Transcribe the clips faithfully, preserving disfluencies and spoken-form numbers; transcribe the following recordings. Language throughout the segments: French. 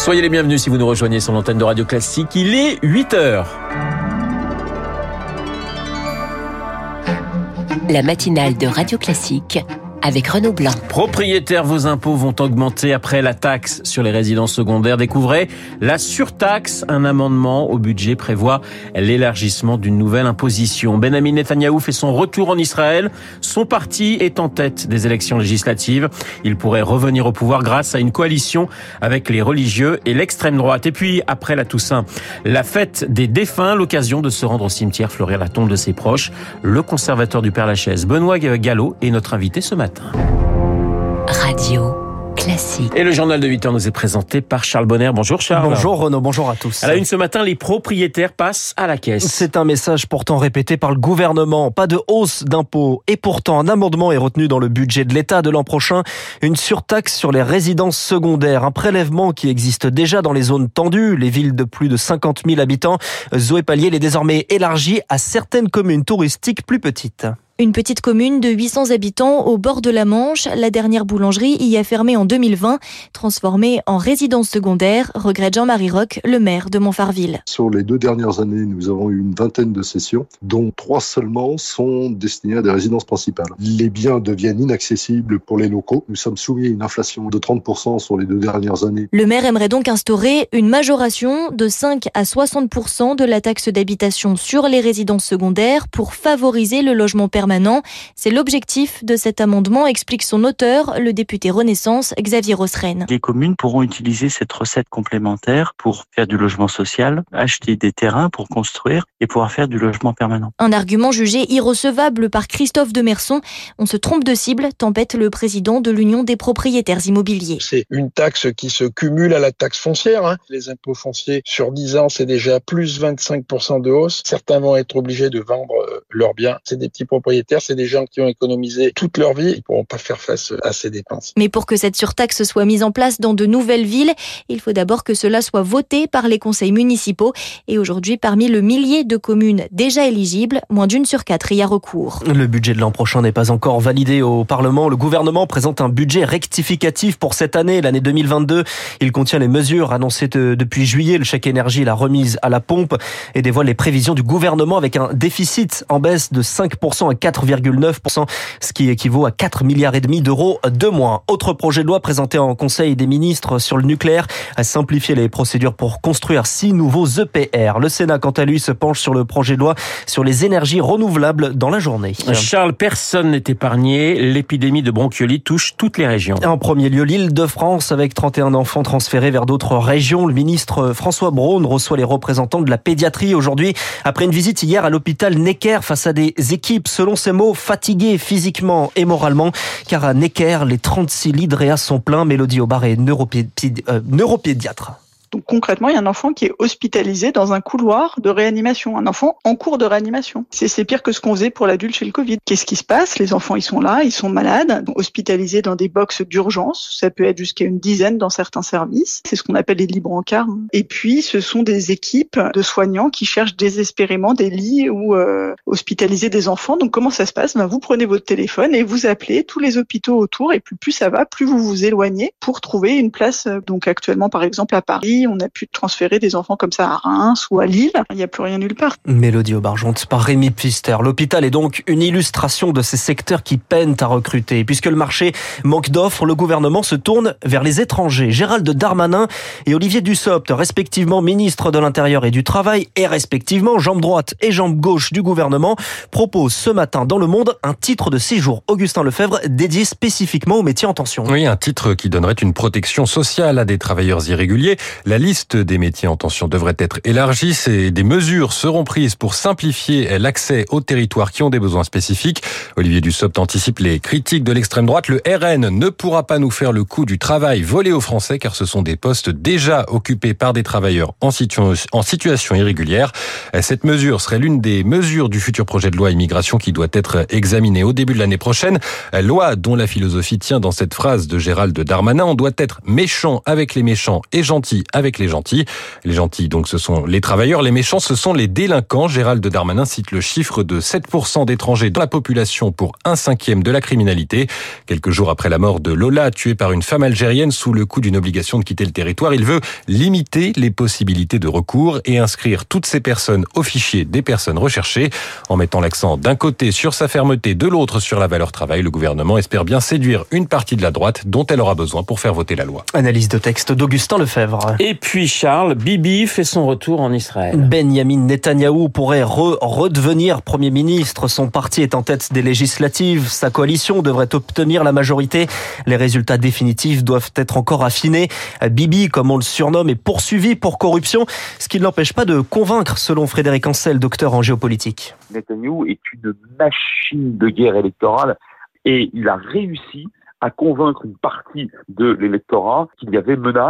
Soyez les bienvenus si vous nous rejoignez sur l'antenne de Radio Classique. Il est huit heures. La matinale de Radio Classique avec Renaud Blanc. Propriétaires, vos impôts vont augmenter après la taxe sur les résidences secondaires. Découvrez la surtaxe. Un amendement au budget prévoit l'élargissement d'une nouvelle imposition. Benjamin Netanyahou fait son retour en Israël. Son parti est en tête des élections législatives. Il pourrait revenir au pouvoir grâce à une coalition avec les religieux et l'extrême droite. Et puis, après la Toussaint, la fête des défunts, l'occasion de se rendre au cimetière, fleurir la tombe de ses proches. Le conservateur du Père-Lachaise, Benoît Gallo, est notre invité ce matin. Radio Classique. Et le journal de huit heures nous est présenté par Charles Bonner. Bonjour Charles. Bonjour Renaud, bonjour à tous. À la une ce matin, les propriétaires passent à la caisse. C'est un message pourtant répété par le gouvernement. Pas de hausse d'impôts. Et pourtant, un amendement est retenu dans le budget de l'État de l'an prochain. Une surtaxe sur les résidences secondaires. Un prélèvement qui existe déjà dans les zones tendues, les villes de plus de cinquante mille habitants. Zoé Pallier l'est désormais élargie à certaines communes touristiques plus petites. Une petite commune de huit cents habitants au bord de la Manche. La dernière boulangerie y a fermé en deux mille vingt, transformée en résidence secondaire, regrette Jean-Marie Roch, le maire de Montfarville. Sur les deux dernières années, nous avons eu une vingtaine de cessions, dont trois seulement sont destinées à des résidences principales. Les biens deviennent inaccessibles pour les locaux. Nous sommes soumis à une inflation de trente pour cent sur les deux dernières années. Le maire aimerait donc instaurer une majoration de cinq à soixante pour cent de la taxe d'habitation sur les résidences secondaires pour favoriser le logement permanent. C'est l'objectif de cet amendement, explique son auteur, le député Renaissance, Xavier Rossren. Les communes pourront utiliser cette recette complémentaire pour faire du logement social, acheter des terrains pour construire et pouvoir faire du logement permanent. Un argument jugé irrecevable par Christophe Demerson. On se trompe de cible, tempête le président de l'Union des propriétaires immobiliers. C'est une taxe qui se cumule à la taxe foncière. Hein. Les impôts fonciers sur dix ans, c'est déjà plus vingt-cinq pour cent de hausse. Certains vont être obligés de vendre leurs biens. C'est des petits propriétaires. C'est des gens qui ont économisé toute leur vie. Ils ne pourront pas faire face à ces dépenses. Mais pour que cette surtaxe soit mise en place dans de nouvelles villes, il faut d'abord que cela soit voté par les conseils municipaux. Et aujourd'hui, parmi le millier de communes déjà éligibles, moins d'une sur quatre y a recours. Le budget de l'an prochain n'est pas encore validé au Parlement. Le gouvernement présente un budget rectificatif pour cette année, l'année deux mille vingt-deux. Il contient les mesures annoncées de, depuis juillet, le chèque énergie, la remise à la pompe, et dévoile les prévisions du gouvernement avec un déficit en baisse de cinq pour cent à quatre virgule neuf pour cent, ce qui équivaut à quatre milliards et demi d'euros de moins. Autre projet de loi présenté en Conseil des ministres sur le nucléaire, à simplifier les procédures pour construire six nouveaux E P R. Le Sénat, quant à lui, se penche sur le projet de loi sur les énergies renouvelables dans la journée. Charles, personne n'est épargné. L'épidémie de bronchiolite touche toutes les régions. En premier lieu, l'Île-de-France, avec trente et un enfants transférés vers d'autres régions. Le ministre François Braun reçoit les représentants de la pédiatrie aujourd'hui, après une visite hier à l'hôpital Necker face à des équipes, selon ses mots, fatigués physiquement et moralement, car à Necker, les trente-six lits de réa sont pleins. Mélodie Aubard est neuropédi- euh, neuropédiatre. Donc concrètement, il y a un enfant qui est hospitalisé dans un couloir de réanimation, un enfant en cours de réanimation. C'est, c'est pire que ce qu'on faisait pour l'adulte chez le Covid. Qu'est-ce qui se passe ? Les enfants, ils sont là, ils sont malades, hospitalisés dans des box d'urgence. Ça peut être jusqu'à une dizaine dans certains services. C'est ce qu'on appelle les lits brancards. Et puis, ce sont des équipes de soignants qui cherchent désespérément des lits où euh, hospitaliser des enfants. Donc comment ça se passe ? Ben, vous prenez votre téléphone et vous appelez tous les hôpitaux autour, et plus, plus ça va, plus vous vous éloignez pour trouver une place. Donc actuellement, par exemple, à Paris, on a pu transférer des enfants comme ça à Reims ou à Lille. Il n'y a plus rien nulle part. Mélodie Aubarjonte par Rémi Pfister. L'hôpital est donc une illustration de ces secteurs qui peinent à recruter. Puisque le marché manque d'offres, le gouvernement se tourne vers les étrangers. Gérald Darmanin et Olivier Dussopt, respectivement ministre de l'Intérieur et du Travail, et respectivement jambe droite et jambe gauche du gouvernement, proposent ce matin dans Le Monde un titre de séjour. Augustin Lefebvre, dédié spécifiquement aux métiers en tension. Oui, un titre qui donnerait une protection sociale à des travailleurs irréguliers. La liste des métiers en tension devrait être élargie. Et des mesures seront prises pour simplifier l'accès aux territoires qui ont des besoins spécifiques. Olivier Dussopt anticipe les critiques de l'extrême droite. Le R N ne pourra pas nous faire le coup du travail volé aux Français, car ce sont des postes déjà occupés par des travailleurs en situation, en situation irrégulière. Cette mesure serait l'une des mesures du futur projet de loi immigration qui doit être examinée au début de l'année prochaine. Loi dont la philosophie tient dans cette phrase de Gérald Darmanin: on doit être méchant avec les méchants et gentil avec les gentils. Les gentils, donc, ce sont les travailleurs. Les méchants, ce sont les délinquants. Gérald Darmanin cite le chiffre de sept pour cent d'étrangers dans la population pour un cinquième de la criminalité. Quelques jours après la mort de Lola, tuée par une femme algérienne sous le coup d'une obligation de quitter le territoire, il veut limiter les possibilités de recours et inscrire toutes ces personnes au fichier des personnes recherchées. En mettant l'accent d'un côté sur sa fermeté, de l'autre sur la valeur travail, le gouvernement espère bien séduire une partie de la droite dont elle aura besoin pour faire voter la loi. Analyse de texte d'Augustin Lefebvre. Et puis Charles, Bibi fait son retour en Israël. Benjamin Netanyahou pourrait re- redevenir Premier ministre. Son parti est en tête des législatives. Sa coalition devrait obtenir la majorité. Les résultats définitifs doivent être encore affinés. Bibi, comme on le surnomme, est poursuivi pour corruption, ce qui ne l'empêche pas de convaincre, selon Frédéric Ancel, docteur en géopolitique. Netanyahou est une machine de guerre électorale et il a réussi à convaincre une partie de l'électorat qu'il y avait menace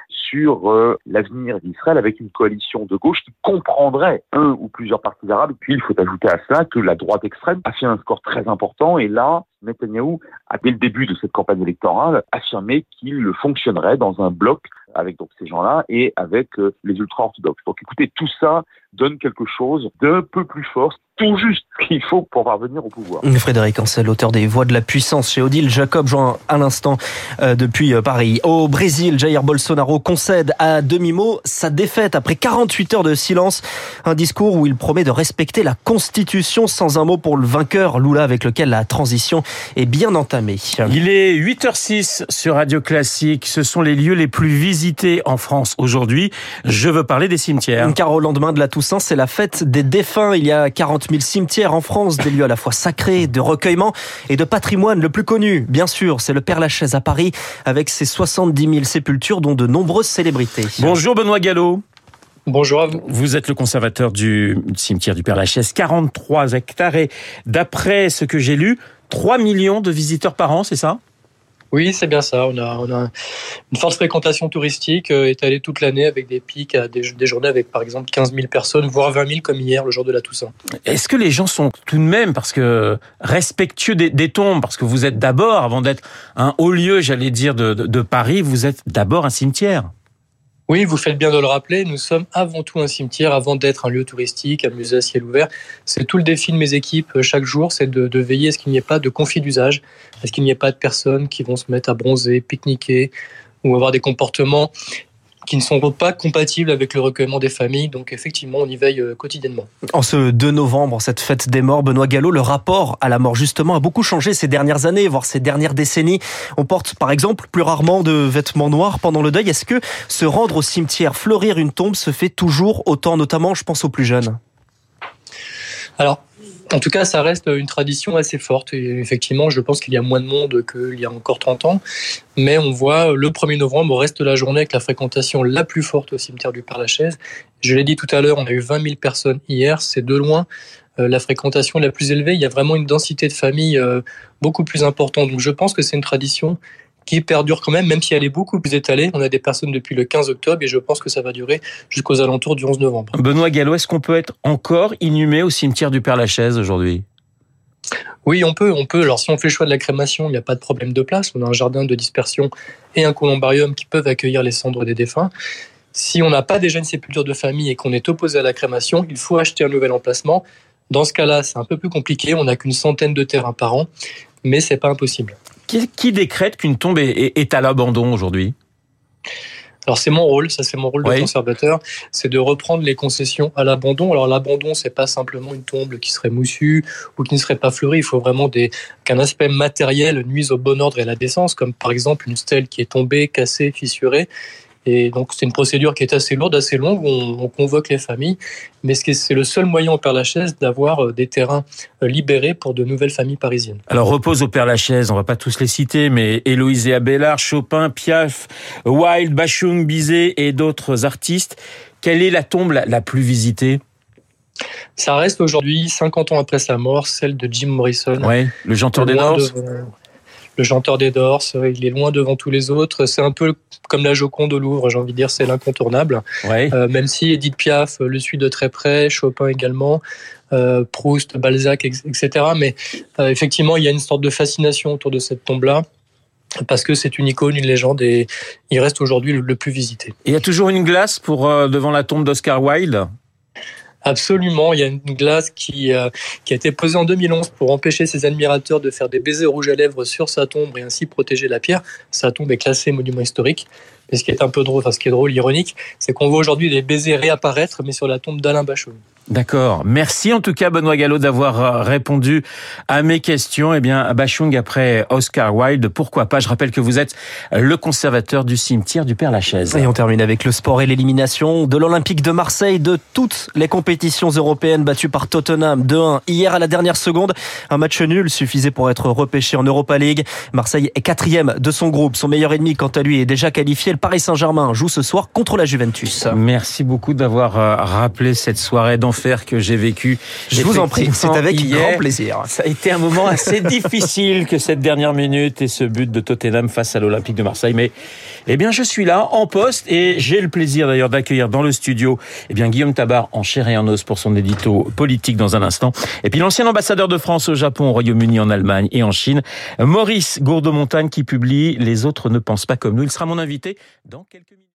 sur euh, l'avenir d'Israël avec une coalition de gauche qui comprendrait un ou plusieurs partis arabes. Et puis il faut ajouter à cela que la droite extrême a fait un score très important et là, Netanyahou a dès le début de cette campagne électorale affirmé qu'il fonctionnerait dans un bloc avec donc ces gens-là et avec euh, les ultra-orthodoxes. Donc écoutez, tout ça donne quelque chose d'un peu plus fort, tout juste ce qu'il faut pour parvenir au pouvoir. Frédéric Ancel, auteur des Voix de la puissance chez Odile Jacob, joint à l'instant euh, depuis euh, Paris. Au Brésil, Jair Bolsonaro concède à demi-mot sa défaite après quarante-huit heures de silence. Un discours où il promet de respecter la Constitution, sans un mot pour le vainqueur, Lula, avec lequel la transition est bien entamée. Il est huit heures six sur Radio Classique. Ce sont les lieux les plus visités en France aujourd'hui. Je veux parler des cimetières. Car au lendemain de la Toussaint, c'est la fête des défunts. Il y a quarante mille cimetières en France, des lieux à la fois sacrés, de recueillement et de patrimoine. Le plus connu, bien sûr, c'est le Père-Lachaise à Paris, avec ses soixante-dix mille sépultures, dont de nombreuses célébrités. Bonjour Benoît Gallo. Bonjour à vous. Vous êtes le conservateur du cimetière du Père-Lachaise, quarante-trois hectares. Et d'après ce que j'ai lu, trois millions de visiteurs par an, c'est ça ? Oui, c'est bien ça. On a, on a une forte fréquentation touristique euh, étalée toute l'année avec des pics à des, des journées avec par exemple quinze mille personnes, voire vingt mille comme hier, le jour de la Toussaint. Est-ce que les gens sont tout de même, parce que respectueux des, des tombes, parce que vous êtes d'abord, avant d'être un haut lieu, j'allais dire, de, de, de Paris, vous êtes d'abord un cimetière ? Oui, vous faites bien de le rappeler, nous sommes avant tout un cimetière, avant d'être un lieu touristique, un musée à ciel ouvert. C'est tout le défi de mes équipes chaque jour, c'est de, de veiller à ce qu'il n'y ait pas de conflit d'usage, à ce qu'il n'y ait pas de personnes qui vont se mettre à bronzer, pique-niquer, ou avoir des comportements qui ne sont pas compatibles avec le recueillement des familles. Donc effectivement, on y veille quotidiennement. En ce deux novembre, cette fête des morts, Benoît Gallo, le rapport à la mort justement a beaucoup changé ces dernières années, voire ces dernières décennies. On porte par exemple plus rarement de vêtements noirs pendant le deuil. Est-ce que se rendre au cimetière, fleurir une tombe, se fait toujours autant, notamment je pense aux plus jeunes ? Alors, en tout cas, ça reste une tradition assez forte. Et effectivement, je pense qu'il y a moins de monde qu'il y a encore trente ans. Mais on voit le premier novembre, au reste de la journée, avec la fréquentation la plus forte au cimetière du Père-Lachaise. Je l'ai dit tout à l'heure, on a eu vingt mille personnes hier. C'est de loin la fréquentation la plus élevée. Il y a vraiment une densité de famille beaucoup plus importante. Donc je pense que c'est une tradition qui perdure quand même, même si elle est beaucoup plus étalée. On a des personnes depuis le quinze octobre et je pense que ça va durer jusqu'aux alentours du onze novembre. Benoît Gallo, est-ce qu'on peut être encore inhumé au cimetière du Père-Lachaise aujourd'hui ? Oui, on peut, on peut. Alors, si on fait le choix de la crémation, il n'y a pas de problème de place. On a un jardin de dispersion et un columbarium qui peuvent accueillir les cendres des défunts. Si on n'a pas déjà une sépulture de famille et qu'on est opposé à la crémation, il faut acheter un nouvel emplacement. Dans ce cas-là, c'est un peu plus compliqué. On n'a qu'une centaine de terrains par an, mais c'est pas impossible. Qui, qui décrète qu'une tombe est, est, est à l'abandon aujourd'hui ? Alors c'est mon rôle, ça c'est mon rôle de oui. conservateur, c'est de reprendre les concessions à l'abandon. Alors l'abandon, c'est pas simplement une tombe qui serait moussue ou qui ne serait pas fleurie. Il faut vraiment des, qu'un aspect matériel nuise au bon ordre et à la décence, comme par exemple une stèle qui est tombée, cassée, fissurée. Et donc c'est une procédure qui est assez lourde, assez longue, où on, on convoque les familles, mais c'est le seul moyen au Père-Lachaise d'avoir des terrains libérés pour de nouvelles familles parisiennes. Alors repose au Père-Lachaise, on va pas tous les citer, mais Héloïse Abélard, Chopin, Piaf, Wilde, Bachung, Bizet et d'autres artistes. Quelle est la tombe la, la plus visitée ? Ça reste aujourd'hui, cinquante ans après sa mort, celle de Jim Morrison. Oui, le chanteur des Doors. De... Le chanteur des Doors, il est loin devant tous les autres. C'est un peu comme la Joconde au Louvre, j'ai envie de dire, c'est l'incontournable. Ouais. Euh, même si Edith Piaf le suit de très près, Chopin également, euh, Proust, Balzac, et cetera. Mais euh, effectivement, il y a une sorte de fascination autour de cette tombe-là. parce que c'est une icône, une légende, et il reste aujourd'hui le, le plus visité. Et il y a toujours une glace pour euh, devant la tombe d'Oscar Wilde ? Absolument, il y a une glace qui, euh, qui a été posée en deux mille onze pour empêcher ses admirateurs de faire des baisers rouges à lèvres sur sa tombe et ainsi protéger la pierre. Sa tombe est classée monument historique. Mais ce qui est un peu drôle, enfin ce qui est drôle, ironique, c'est qu'on voit aujourd'hui des baisers réapparaître, mais sur la tombe d'Alain Bachung. D'accord. Merci en tout cas Benoît Gallo d'avoir répondu à mes questions. Eh bien, Bachung après Oscar Wilde, pourquoi pas ? Je rappelle que vous êtes le conservateur du cimetière du Père-Lachaise. Et on termine avec le sport et l'élimination de l'Olympique de Marseille de toutes les compétitions européennes, battues par Tottenham deux un hier à la dernière seconde. Un match nul suffisait pour être repêché en Europa League. Marseille est quatrième de son groupe. Son meilleur ennemi, quant à lui, est déjà qualifié. Le Paris Saint-Germain joue ce soir contre la Juventus. Merci beaucoup d'avoir rappelé cette soirée d'enfer que j'ai vécue. Je vous en prie, c'est avec hier. Grand plaisir. Ça a été un moment assez difficile que cette dernière minute et ce but de Tottenham face à l'Olympique de Marseille. Mais eh bien, je suis là en poste et j'ai le plaisir d'ailleurs d'accueillir dans le studio eh bien Guillaume Tabar en chair et en os pour son édito politique dans un instant. Et puis l'ancien ambassadeur de France au Japon, au Royaume-Uni, en Allemagne et en Chine, Maurice Gourdeau-Montagne qui publie Les autres ne pensent pas comme nous. Il sera mon invité dans quelques minutes.